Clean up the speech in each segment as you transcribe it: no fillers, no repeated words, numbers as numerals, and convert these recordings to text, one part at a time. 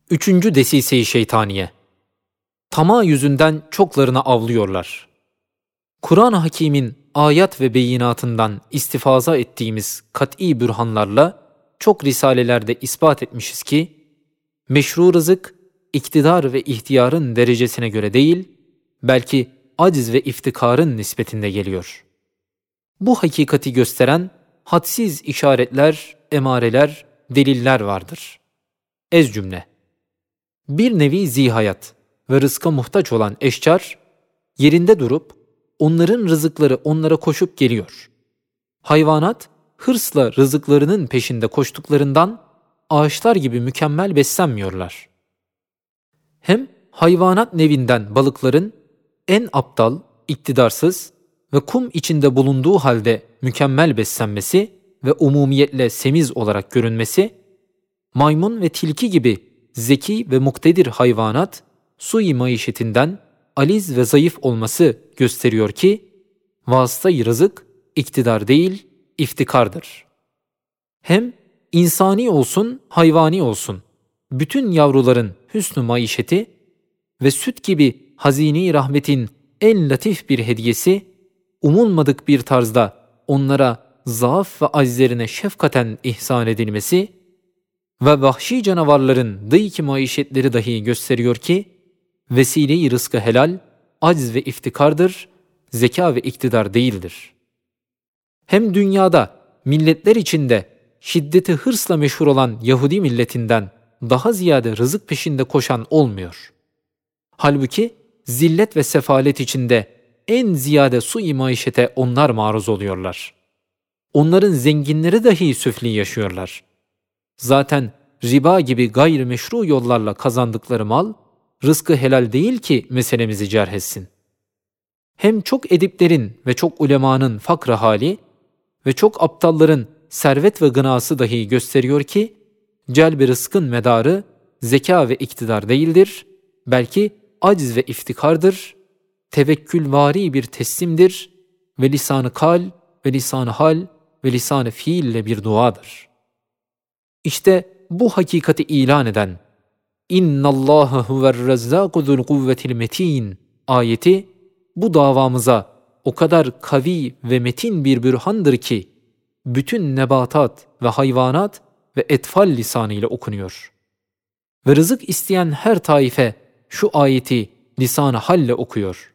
Üçüncü desise-i şeytaniye. Tamah yüzünden çoklarını avlıyorlar. Kur'an-ı Hakîm'in ayat ve beyinatından istifaza ettiğimiz kat'î bürhanlarla çok risalelerde ispat etmişiz ki, meşru rızık, iktidar ve ihtiyarın derecesine göre değil, belki aciz ve iftikarın nispetinde geliyor. Bu hakikati gösteren hadsiz işaretler, emareler, deliller vardır. Ez cümle. Bir nevi zihayat ve rızka muhtaç olan eşcar, yerinde durup onların rızıkları onlara koşup geliyor. Hayvanat, hırsla rızıklarının peşinde koştuklarından ağaçlar gibi mükemmel beslenmiyorlar. Hem hayvanat nevinden balıkların en aptal, iktidarsız ve kum içinde bulunduğu halde mükemmel beslenmesi ve umumiyetle semiz olarak görünmesi, maymun ve tilki gibi zeki ve muktedir hayvanat, sui maişetinden aliz ve zayıf olması gösteriyor ki, vasıta-i rızık iktidar değil, iftikardır. Hem insani olsun, hayvani olsun, bütün yavruların hüsnü maişeti ve süt gibi hazine-i rahmetin en latif bir hediyesi, umulmadık bir tarzda onlara zaaf ve acizlerine şefkaten ihsan edilmesi ve vahşi canavarların dıyk-ı maişetleri dahi gösteriyor ki, vesile-i rızkı helal, aciz ve iftikardır, zeka ve iktidar değildir. Hem dünyada milletler içinde şiddeti hırsla meşhur olan Yahudi milletinden daha ziyade rızık peşinde koşan olmuyor. Halbuki zillet ve sefalet içinde en ziyade su-i maişete onlar maruz oluyorlar. Onların zenginleri dahi süfli yaşıyorlar. Zaten riba gibi gayrimeşru yollarla kazandıkları mal, rızkı helal değil ki meselemizi cerh etsin. Hem çok ediplerin ve çok ulemanın fakr hali ve çok aptalların servet ve gınası dahi gösteriyor ki, celb-i rızkın medarı zeka ve iktidar değildir, belki aciz ve iftikardır, tevekkülvari bir teslimdir ve lisan-ı kal ve lisan-ı hal ve lisan-ı fiille bir duadır. İşte bu hakikati ilan eden İnna Allaha huve'r-Rezzâku zul-kuvvetil metin ayeti bu davamıza o kadar kavi ve metin bir bürhandır ki bütün nebatat ve hayvanat ve etfal lisanı ile okunuyor. Ve rızık isteyen her taife şu ayeti lisan-ı halle okuyor.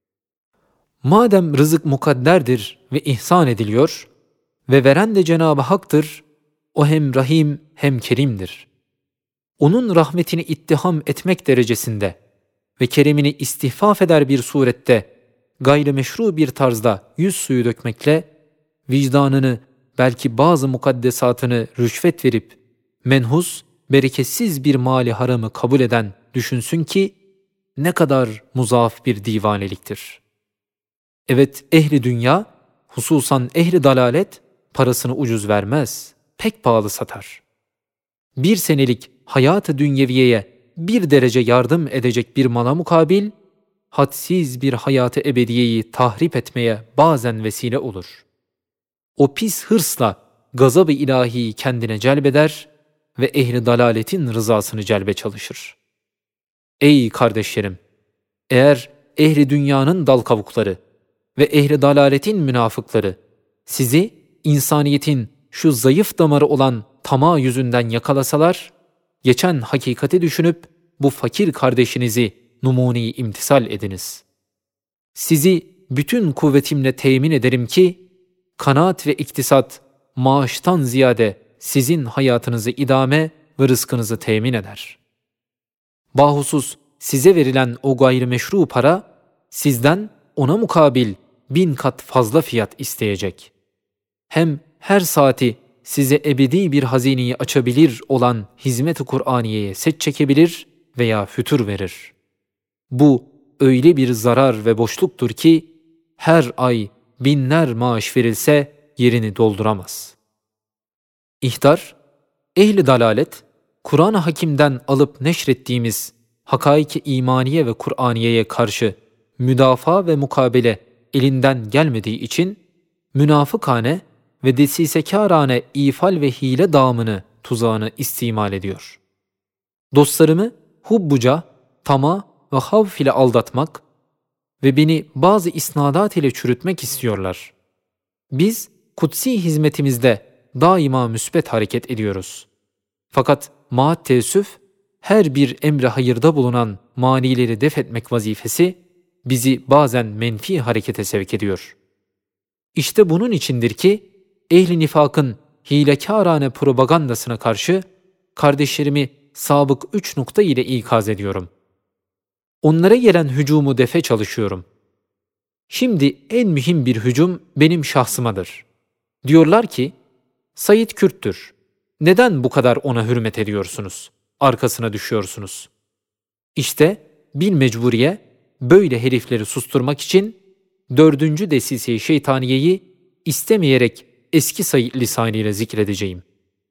Madem rızık mukadderdir ve ihsan ediliyor ve veren de Cenab-ı Hak'tır, o hem Rahim hem Kerim'dir. Onun rahmetini ittiham etmek derecesinde ve keremini istihfaf eder bir surette gayrimeşru bir tarzda yüz suyu dökmekle vicdanını belki bazı mukaddesatını rüşvet verip menhus, bereketsiz bir mali haramı kabul eden düşünsün ki ne kadar muzaaf bir divaneliktir. Evet, ehli dünya, hususan ehli dalalet parasını ucuz vermez, pek pahalı satar. Bir senelik hayat-ı dünyeviyeye bir derece yardım edecek bir mala mukabil, hadsiz bir hayat-ı ebediyeyi tahrip etmeye bazen vesile olur. O pis hırsla gazab-ı ilahiyi kendine celbeder ve ehli dalaletin rızasını celbe çalışır. Ey kardeşlerim! Eğer ehli dünyanın dal kavukları ve ehli dalaletin münafıkları sizi insaniyetin şu zayıf damarı olan tamah yüzünden yakalasalar, geçen hakikati düşünüp bu fakir kardeşinizi numune-i imtisal ediniz. Sizi bütün kuvvetimle temin ederim ki, kanaat ve iktisat maaştan ziyade sizin hayatınızı idame ve rızkınızı temin eder. Bahusus size verilen o gayrimeşru para, sizden ona mukabil 1000 kat fazla fiyat isteyecek. Hem her saati size ebedi bir hazineyi açabilir olan hizmet-i Kur'aniye'ye set çekebilir veya fütur verir. Bu öyle bir zarar ve boşluktur ki her ay binler maaş verilse yerini dolduramaz. İhtar, ehli dalalet, Kur'an-ı Hakîm'den alıp neşrettiğimiz hakaik-i imaniye ve Kur'aniye'ye karşı müdafaa ve mukabele elinden gelmediği için münafıkane ve desisekârane ifal ve hile dağımını, tuzağını istimal ediyor. Dostlarımı hubbuca, tama ve havf ile aldatmak ve beni bazı isnadat ile çürütmek istiyorlar. Biz kutsi hizmetimizde daima müsbet hareket ediyoruz. Fakat maat teessüf, her bir emre hayırda bulunan manileri def etmek vazifesi bizi bazen menfi harekete sevk ediyor. İşte bunun içindir ki ehli nifakın hilekârane propagandasına karşı kardeşlerimi sabık 3 nokta ile ikaz ediyorum. Onlara gelen hücumu defe çalışıyorum. Şimdi en mühim bir hücum benim şahsımadır. Diyorlar ki, Said Kürttür. Neden bu kadar ona hürmet ediyorsunuz? Arkasına düşüyorsunuz. İşte bil mecburiye böyle herifleri susturmak için 4. desise-i şeytaniyeyi istemeyerek eski Said lisanıyla zikredeceğim.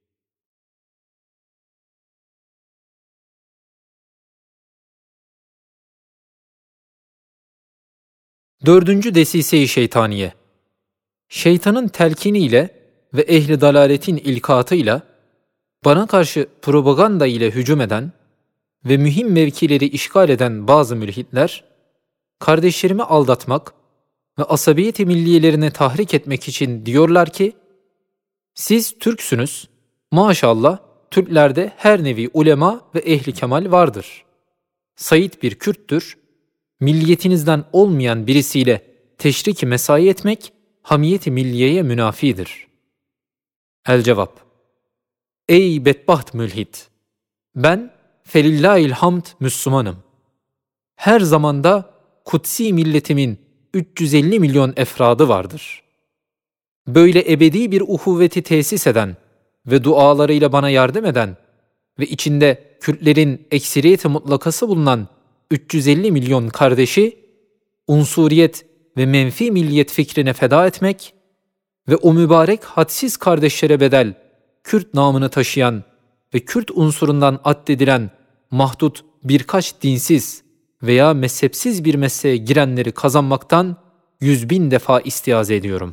Dördüncü desise-i şeytaniye. Şeytanın telkiniyle ve ehli dalaletin ilkatıyla bana karşı propaganda ile hücum eden ve mühim mevkileri işgal eden bazı mülhitler, kardeşlerimi aldatmak ve asabiyet-i milliyelerine tahrik etmek için diyorlar ki, siz Türksünüz, maşallah Türklerde her nevi ulema ve ehli kemal vardır. Said bir Kürttür, milliyetinizden olmayan birisiyle teşrik-i mesai etmek, hamiyet-i milliyeye münafidir. El-cevap: Ey bedbaht mülhit! Ben felillahil hamd Müslümanım. Her zamanda kutsi milletimin 350 milyon efradı vardır. Böyle ebedi bir uhuvveti tesis eden ve dualarıyla bana yardım eden ve içinde Kürtlerin ekseriyeti mutlakası bulunan 350 milyon kardeşi, unsuriyet ve menfi milliyet fikrine feda etmek ve o mübarek hadsiz kardeşlere bedel Kürt namını taşıyan ve Kürt unsurundan addedilen mahdut birkaç dinsiz veya mezhepsiz bir mesleğe girenleri kazanmaktan 100.000 defa istiaze ediyorum.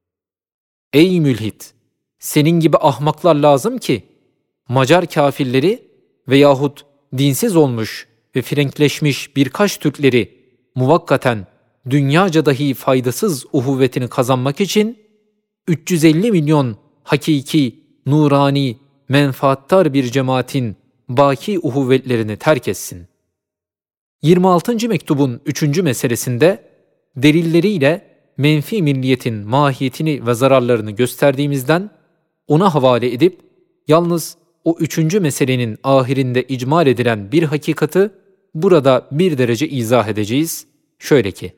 Ey mülhit! Senin gibi ahmaklar lazım ki Macar kafirleri veyahut dinsiz olmuş ve frenkleşmiş birkaç Türkleri muvakkaten dünyaca dahi faydasız uhuvvetini kazanmak için 350 milyon hakiki, nurani, menfaattar bir cemaatin baki uhuvvetlerini terk etsin. 26. mektubun 3. meselesinde delilleriyle menfi milliyetin mahiyetini ve zararlarını gösterdiğimizden ona havale edip yalnız o 3. meselenin ahirinde icmal edilen bir hakikati burada bir derece izah edeceğiz. Şöyle ki,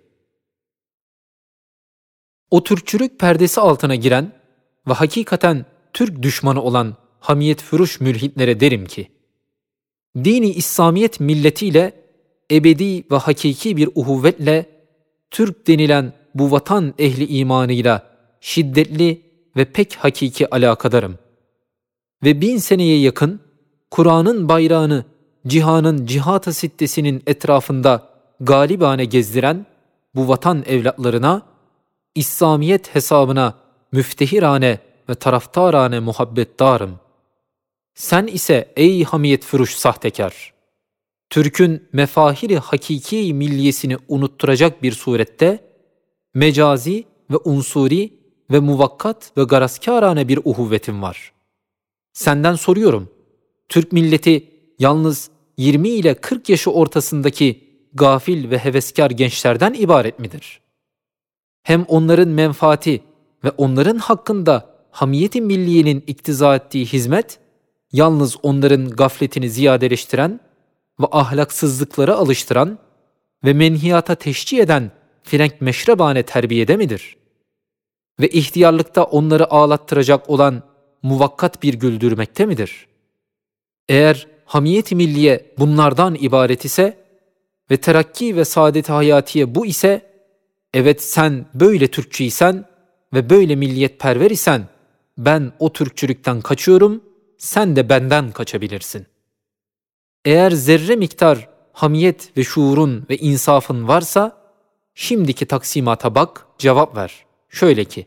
o Türkçülük perdesi altına giren ve hakikaten Türk düşmanı olan hamiyet furuş mülhitlere derim ki, dini İslamiyet milletiyle ebedi ve hakiki bir uhuvvetle Türk denilen bu vatan ehli imanıyla şiddetli ve pek hakiki alakadarım. Ve 1000 seneye yakın Kur'an'ın bayrağını cihanın cihat-ı sittesinin etrafında galibane gezdiren bu vatan evlatlarına, İslamiyet hesabına müftehirane ve taraftarane muhabbetdarım. Sen ise ey hamiyet furuş sahtekar, Türk'ün mefahiri hakiki milliyesini unutturacak bir surette mecazi ve unsuri ve muvakkat ve garazkârane bir uhuvvetin var. Senden soruyorum, Türk milleti yalnız 20 ile 40 yaşı ortasındaki gafil ve heveskar gençlerden ibaret midir? Hem onların menfaati ve onların hakkında hamiyet-i milliyenin iktiza ettiği hizmet, yalnız onların gafletini ziyadeleştiren ve ahlaksızlıklara alıştıran ve menhiyata teşcih eden frenk meşrebane terbiyede midir? Ve ihtiyarlıkta onları ağlattıracak olan muvakkat bir güldürmekte midir? Eğer hamiyet-i milliye bunlardan ibaret ise ve terakki ve saadet-i hayatiye bu ise, evet sen böyle Türkçüysen ve böyle milliyetperver isen, ben o Türkçülükten kaçıyorum, sen de benden kaçabilirsin. Eğer zerre miktar hamiyet ve şuurun ve insafın varsa, şimdiki taksimata bak, cevap ver. Şöyle ki,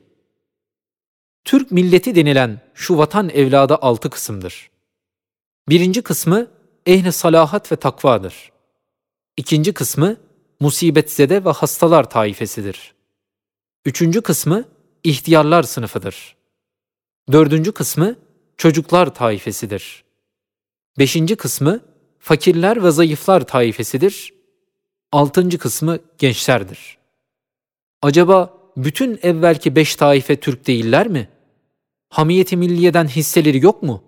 Türk milleti denilen şu vatan evladı 6 kısımdır. 1. kısmı ehli salahat ve takvadır. İkinci kısmı musibetzede ve hastalar taifesidir. Üçüncü kısmı ihtiyarlar sınıfıdır. Dördüncü kısmı çocuklar taifesidir. Beşinci kısmı fakirler ve zayıflar taifesidir. Altıncı kısmı gençlerdir. Acaba bütün evvelki 5 taife Türk değiller mi? Hamiyeti milliyeden hisseleri yok mu?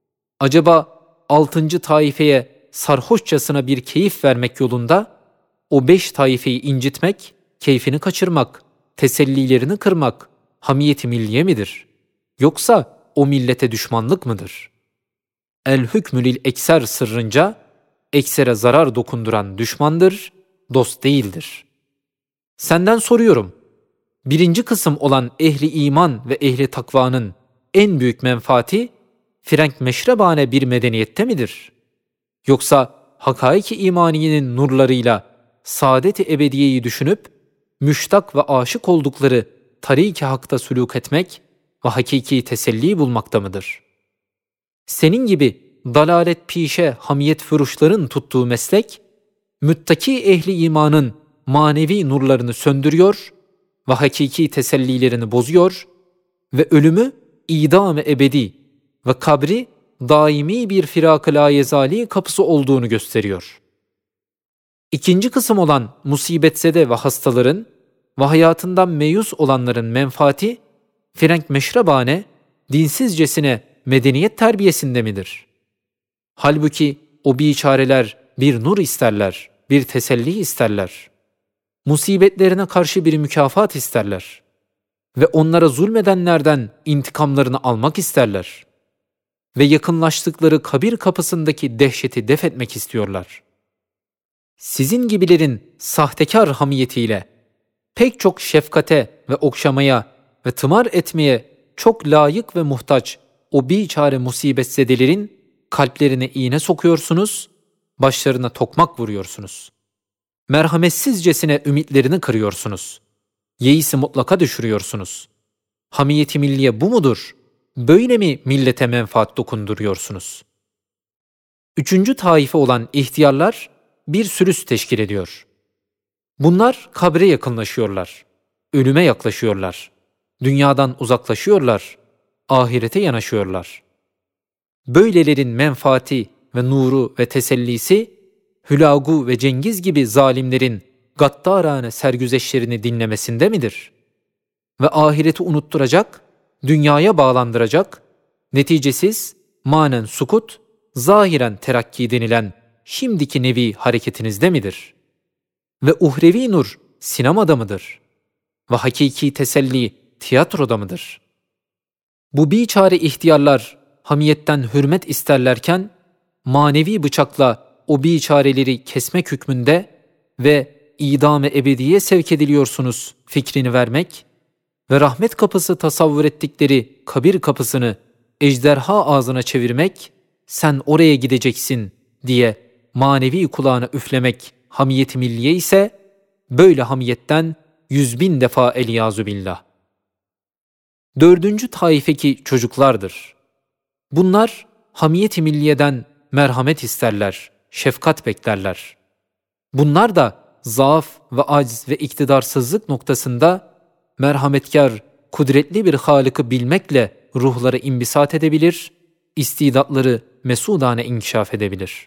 Acaba 6. taifeye sarhoşçasına bir keyif vermek yolunda o 5 taifeyi incitmek, keyfini kaçırmak, tesellilerini kırmak hamiyeti milliye midir? Yoksa o millete düşmanlık mıdır? El hükmü lil ekser sırrınca eksere zarar dokunduran düşmandır, dost değildir. Senden soruyorum. Birinci kısım olan ehli iman ve ehli takvanın en büyük menfaati Frank meşrebane bir medeniyette midir? Yoksa hakaiki imaniyenin nurlarıyla saadet-i ebediyeyi düşünüp müştak ve aşık oldukları tarik-i hakta sülûk etmek ve hakiki teselli bulmakta mıdır? Senin gibi dalalet pişe hamiyet furuşların tuttuğu meslek, müttaki ehli imanın manevi nurlarını söndürüyor ve hakiki tesellilerini bozuyor ve ölümü idam-ı ebedi ve kabri daimi bir firak-ı layezali kapısı olduğunu gösteriyor. İkinci kısım olan musibetzede ve hastaların ve hayatından meyus olanların menfaati, Frank meşrebane, dinsizcesine medeniyet terbiyesinde midir? Halbuki o biçareler bir nur isterler, bir teselli isterler. Musibetlerine karşı bir mükafat isterler. Ve onlara zulmedenlerden intikamlarını almak isterler. Ve yakınlaştıkları kabir kapısındaki dehşeti def etmek istiyorlar. Sizin gibilerin sahtekar hamiyetiyle pek çok şefkate ve okşamaya ve tımar etmeye çok layık ve muhtaç o biçare musibetzedelerin kalplerine iğne sokuyorsunuz, başlarına tokmak vuruyorsunuz. Merhametsizcesine ümitlerini kırıyorsunuz. Yeis-i mutlaka düşürüyorsunuz. Hamiyeti milliye bu mudur? Böyle mi millete menfaat dokunduruyorsunuz? Üçüncü taife olan ihtiyarlar bir sürüs teşkil ediyor. Bunlar kabre yakınlaşıyorlar, ölüme yaklaşıyorlar, dünyadan uzaklaşıyorlar, ahirete yanaşıyorlar. Böylelerin menfaati ve nuru ve tesellisi, Hülagu ve Cengiz gibi zalimlerin gaddarane sergüzeşlerini dinlemesinde midir? Ve ahireti unutturacak, dünyaya bağlandıracak, neticesiz, manen sukut, zahiren terakki denilen şimdiki nevi hareketinizde midir? Ve uhrevi nur sinemada mıdır? Ve hakiki teselli tiyatroda mıdır? Bu biçare ihtiyarlar hamiyetten hürmet isterlerken, manevi bıçakla o biçareleri kesmek hükmünde ve idam-ı ebediye sevk ediliyorsunuz fikrini vermek ve rahmet kapısı tasavvur ettikleri kabir kapısını ejderha ağzına çevirmek, sen oraya gideceksin diye manevi kulağına üflemek hamiyet-i milliye ise, böyle hamiyetten 100.000 defa eliyazu billah. Dördüncü taifeki çocuklardır. Bunlar hamiyet-i milliyeden merhamet isterler, şefkat beklerler. Bunlar da zaaf ve aciz ve iktidarsızlık noktasında merhametkar, kudretli bir Halık'ı bilmekle ruhları imbisat edebilir, istidatları mesudane inkişaf edebilir.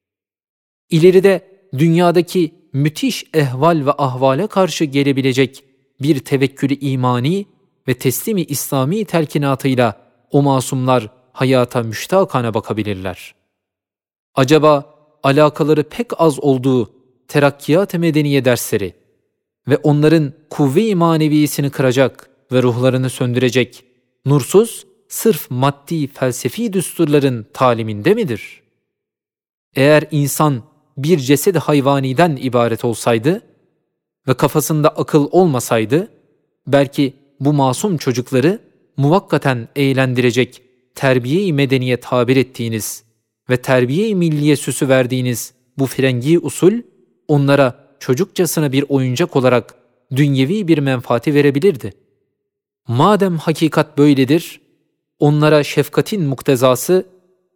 İleride dünyadaki müthiş ehval ve ahvale karşı gelebilecek bir tevekkülü imani ve teslimi İslami telkinatıyla o masumlar hayata müştakane bakabilirler. Acaba alakaları pek az olduğu terakkiyat-ı medeniye dersleri ve onların kuvve-i maneviyesini kıracak ve ruhlarını söndürecek, nursuz, sırf maddi felsefi düsturların taliminde midir? Eğer insan bir ceset-i hayvaniden ibaret olsaydı ve kafasında akıl olmasaydı, belki bu masum çocukları muvakkaten eğlendirecek terbiye-i medeniye tabir ettiğiniz ve terbiye-i milliye süsü verdiğiniz bu frengi usul, onlara çocukçasına bir oyuncak olarak dünyevi bir menfaati verebilirdi. Madem hakikat böyledir, onlara şefkatin muktezası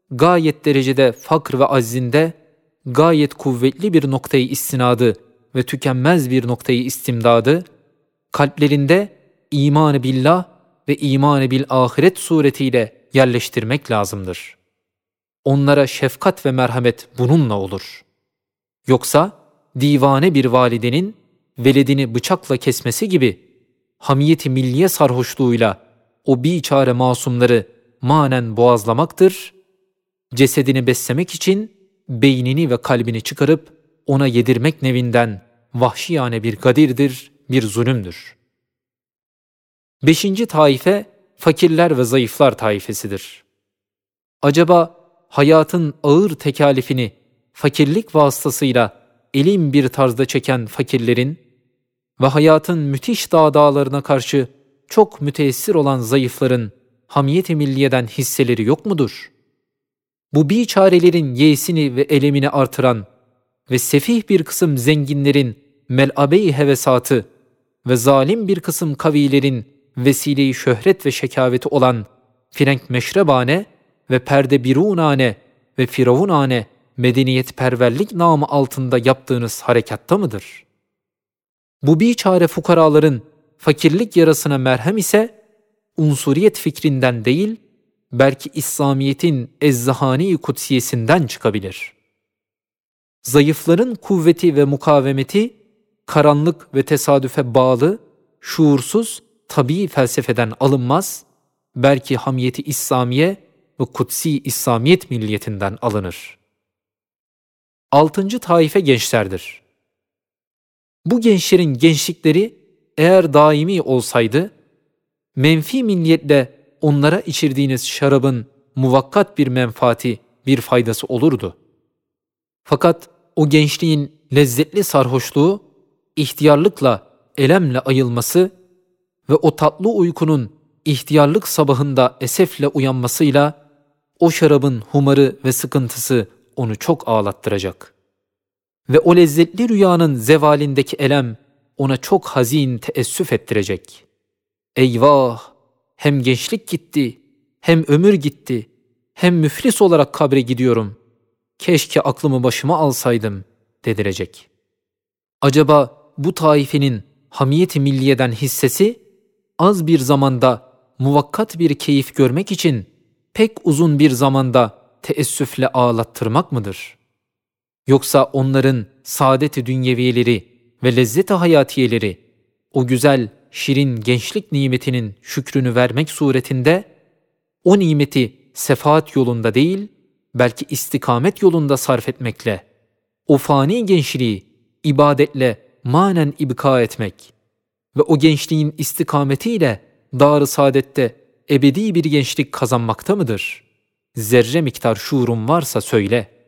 gayet derecede fakr ve aczinde, gayet kuvvetli bir noktayı istinadı ve tükenmez bir noktayı istimdadı, kalplerinde iman-ı billah ve iman-ı bil ahiret suretiyle yerleştirmek lazımdır. Onlara şefkat ve merhamet bununla olur. Yoksa divane bir validenin veledini bıçakla kesmesi gibi hamiyeti milliye sarhoşluğuyla o biçare masumları manen boğazlamaktır, cesedini beslemek için beynini ve kalbini çıkarıp ona yedirmek nevinden vahşiyane bir gadirdir, bir zulümdür. 5. taife, fakirler ve zayıflar taifesidir. Acaba hayatın ağır tekalifini fakirlik vasıtasıyla elim bir tarzda çeken fakirlerin ve hayatın müthiş dağlarına karşı çok müteessir olan zayıfların hamiyet-i milliyeden hisseleri yok mudur? Bu biçarelerin yeisini ve elemini artıran ve sefih bir kısım zenginlerin mel'abe-i hevesatı ve zalim bir kısım kavilerin vesile-i şöhret ve şekaveti olan frenk meşrebane ve perde birunane ve firavunane medeniyetperverlik namı altında yaptığınız harekatta mıdır? Bu biçare fukaraların fakirlik yarasına merhem ise unsuriyet fikrinden değil, belki İslamiyet'in ezzahani-i kutsiyesinden çıkabilir. Zayıfların kuvveti ve mukavemeti, karanlık ve tesadüfe bağlı, şuursuz, tabii felsefeden alınmaz, belki hamiyeti İslamiye ve kutsi İslamiyet milliyetinden alınır. 6. taife gençlerdir. Bu gençlerin gençlikleri eğer daimi olsaydı, menfi milliyetle onlara içirdiğiniz şarabın muvakkat bir menfaati, bir faydası olurdu. Fakat o gençliğin lezzetli sarhoşluğu, ihtiyarlıkla, elemle ayılması ve o tatlı uykunun ihtiyarlık sabahında esefle uyanmasıyla o şarabın humarı ve sıkıntısı onu çok ağlattıracak. Ve o lezzetli rüyanın zevalindeki elem ona çok hazin teessüf ettirecek. Eyvah! Hem gençlik gitti, hem ömür gitti, hem müflis olarak kabre gidiyorum. Keşke aklımı başıma alsaydım dedirecek. Acaba bu taifenin hamiyeti milliyeden hissesi az bir zamanda muvakkat bir keyif görmek için pek uzun bir zamanda teessüfle ağlattırmak mıdır? Yoksa onların saadet-i dünyeviyeleri ve lezzet-i hayatiyeleri o güzel, şirin gençlik nimetinin şükrünü vermek suretinde o nimeti sefaat yolunda değil, belki istikamet yolunda sarf etmekle, o fani gençliği ibadetle manen ibka etmek ve o gençliğin istikametiyle dar-ı saadette ebedi bir gençlik kazanmakta mıdır? Zerre miktar şuurun varsa söyle.